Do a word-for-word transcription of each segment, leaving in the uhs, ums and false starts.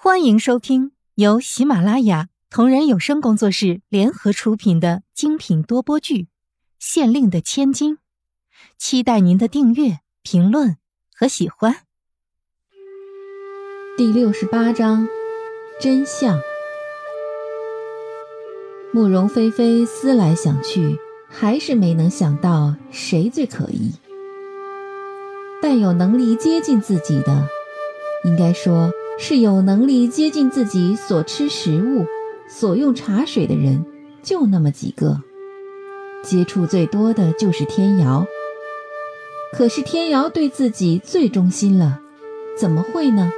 欢迎收听由喜马拉雅同人有声工作室联合出品的精品多播剧《县令的千金》，期待您的订阅、评论和喜欢。 第六十八章，真相。慕容菲菲思来想去，还是没能想到谁最可疑。但有能力接近自己的，应该说是有能力接近自己所吃食物、所用茶水的人，就那么几个。接触最多的就是天瑶。可是天瑶对自己最忠心了，怎么会呢？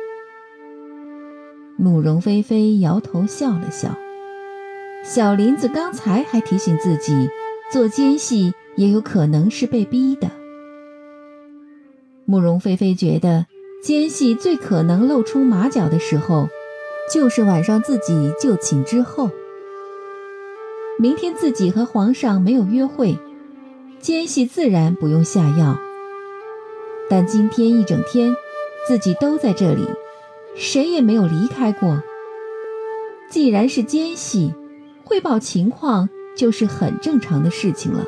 慕容菲菲摇头笑了笑。小林子刚才还提醒自己，做奸细也有可能是被逼的。慕容菲菲觉得奸细最可能露出马脚的时候，就是晚上自己就寝之后。明天自己和皇上没有约会，奸细自然不用下药。但今天一整天自己都在这里，谁也没有离开过。既然是奸细，汇报情况就是很正常的事情了。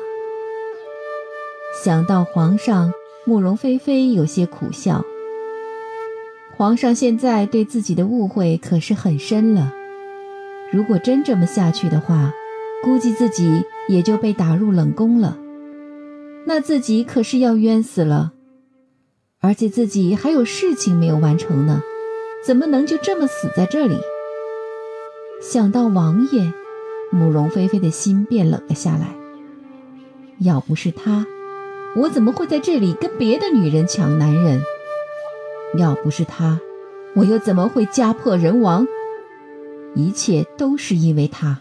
想到皇上，慕容菲菲有些苦笑。皇上现在对自己的误会可是很深了，如果真这么下去的话，估计自己也就被打入冷宫了。那自己可是要冤死了，而且自己还有事情没有完成呢，怎么能就这么死在这里？想到王爷，慕容菲菲的心变冷了下来。要不是他，我怎么会在这里跟别的女人抢男人？要不是他，我又怎么会家破人亡？一切都是因为他。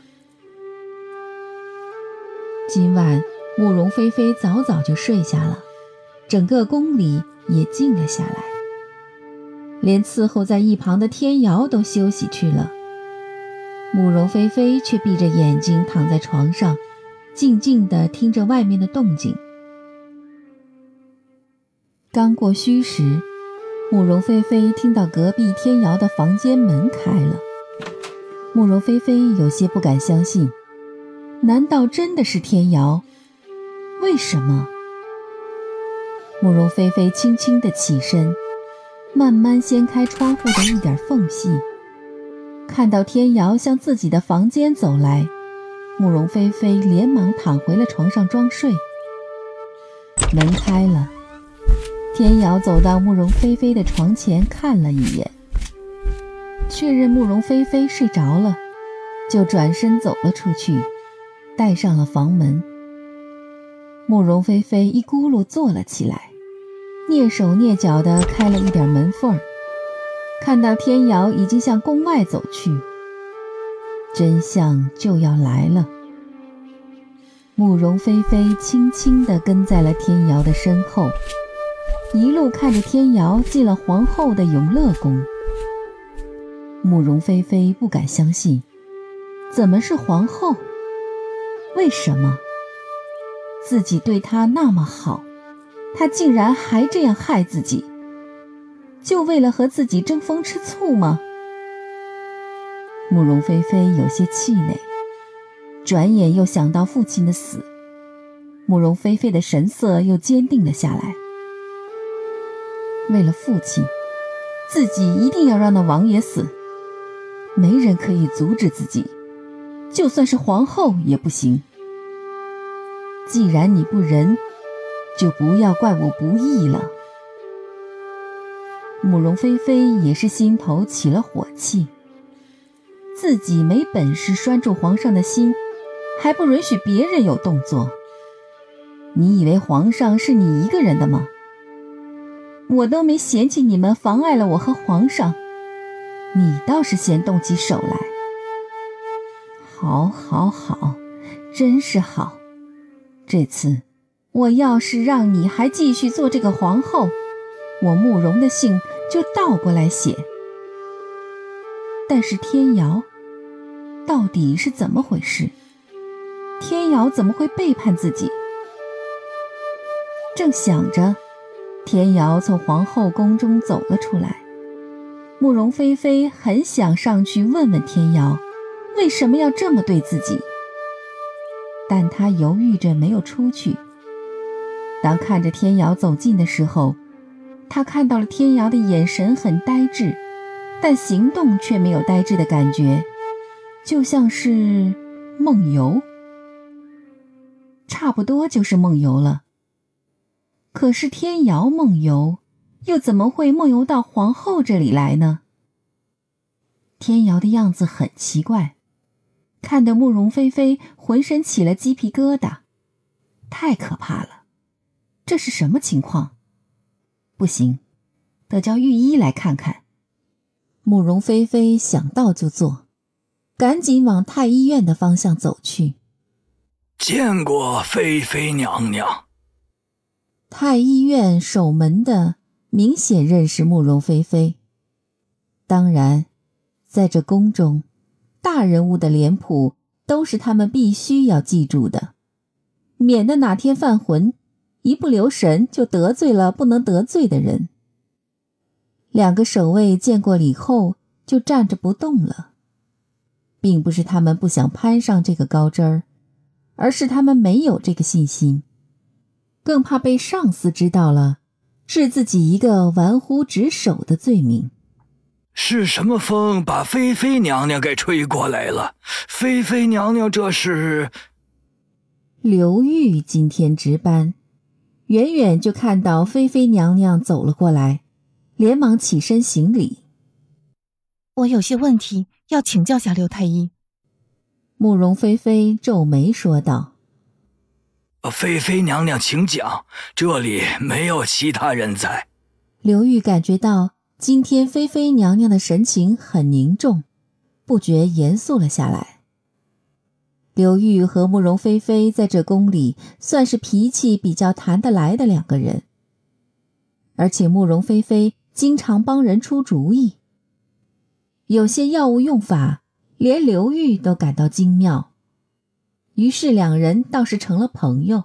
今晚慕容菲菲早早就睡下了，整个宫里也静了下来，连伺候在一旁的天瑶都休息去了。慕容菲菲却闭着眼睛躺在床上，静静地听着外面的动静。刚过戌时，慕容菲菲听到隔壁天瑶的房间门开了。慕容菲菲有些不敢相信，难道真的是天瑶？为什么？慕容菲菲轻轻地起身，慢慢掀开窗户的一点缝隙，看到天瑶向自己的房间走来，慕容菲菲连忙躺回了床上装睡。门开了，天瑶走到慕容菲菲的床前看了一眼，确认慕容菲菲睡着了，就转身走了出去，带上了房门。慕容菲菲一咕噜坐了起来，蹑手蹑脚地开了一点门缝，看到天瑶已经向宫外走去，真相就要来了。慕容菲菲轻轻地跟在了天瑶的身后，一路看着天瑶进了皇后的永乐宫。慕容菲菲不敢相信，怎么是皇后？为什么？自己对她那么好，她竟然还这样害自己，就为了和自己争风吃醋吗？慕容菲菲有些气馁，转眼又想到父亲的死，慕容菲菲的神色又坚定了下来。为了父亲，自己一定要让那王爷死，没人可以阻止自己，就算是皇后也不行。既然你不仁，就不要怪我不义了。慕容菲菲也是心头起了火气，自己没本事拴住皇上的心，还不允许别人有动作。你以为皇上是你一个人的吗？我都没嫌弃你们妨碍了我和皇上，你倒是先动起手来。好好好，真是好。这次我要是让你还继续做这个皇后，我慕容的姓就倒过来写。但是天瑶到底是怎么回事？天瑶怎么会背叛自己？正想着，天瑶从皇后宫中走了出来， 慕容菲菲很想上去问问天瑶，为什么要这么对自己，但她犹豫着没有出去。当看着天瑶走近的时候，她看到了天瑶的眼神很呆滞，但行动却没有呆滞的感觉，就像是梦游。差不多就是梦游了。可是天瑶梦游，又怎么会梦游到皇后这里来呢？天瑶的样子很奇怪，看得慕容菲菲浑身起了鸡皮疙瘩，太可怕了，这是什么情况？不行，得叫御医来看看。慕容菲菲想到就做，赶紧往太医院的方向走去。 见过菲菲娘娘。 太医院守门的明显认识慕容菲菲，当然在这宫中，大人物的脸谱都是他们必须要记住的，免得哪天犯浑，一不留神就得罪了不能得罪的人。两个守卫见过礼后就站着不动了，并不是他们不想攀上这个高枝儿，而是他们没有这个信心，更怕被上司知道了，治自己一个玩忽职守的罪名。 是什么风把菲菲娘娘给吹过来了？菲菲娘娘这是…… 刘玉今天值班，远远就看到菲菲娘娘走了过来，连忙起身行礼。 我有些问题要请教下刘太医。 慕容菲菲皱眉说道。 菲菲娘娘请讲，这里没有其他人在。 刘玉感觉到今天菲菲娘娘的神情很凝重，不觉严肃了下来。刘玉和慕容菲菲在这宫里算是脾气比较谈得来的两个人，而且慕容菲菲经常帮人出主意，有些药物用法连刘玉都感到精妙，于是两人倒是成了朋友。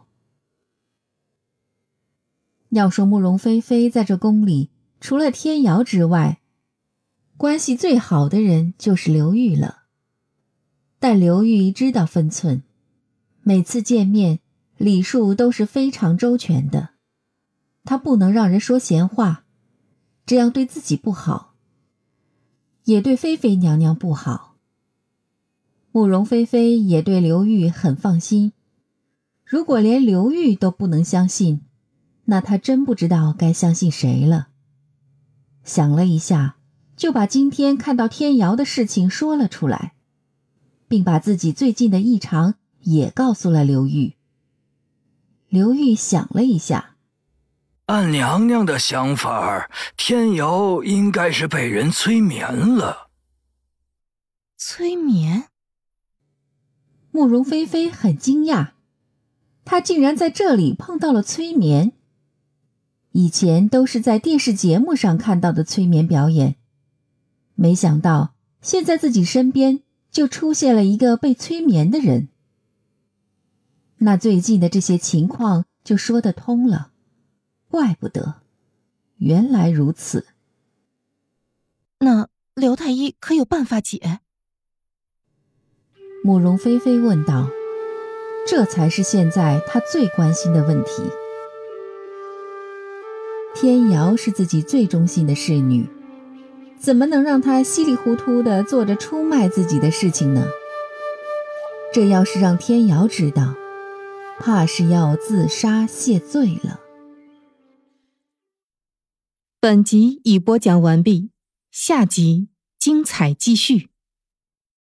要说慕容菲菲在这宫里除了天瑶之外，关系最好的人就是刘玉了。但刘玉知道分寸，每次见面礼数都是非常周全的，他不能让人说闲话，这样对自己不好，也对菲菲娘娘不好。慕容菲菲也对刘玉很放心，如果连刘玉都不能相信，那她真不知道该相信谁了。想了一下，就把今天看到天瑶的事情说了出来，并把自己最近的异常也告诉了刘玉。刘玉想了一下， 按娘娘的想法，天瑶应该是被人催眠了。 催眠？ 慕容菲菲很惊讶，她竟然在这里碰到了催眠。以前都是在电视节目上看到的催眠表演，没想到现在自己身边就出现了一个被催眠的人。那最近的这些情况就说得通了，怪不得，原来如此。 那刘太医可有办法解？ 慕容菲菲问道，这才是现在她最关心的问题。天瑶是自己最忠心的侍女，怎么能让她稀里糊涂地做着出卖自己的事情呢？这要是让天瑶知道，怕是要自杀谢罪了。 本集已播讲完毕，下集精彩继续。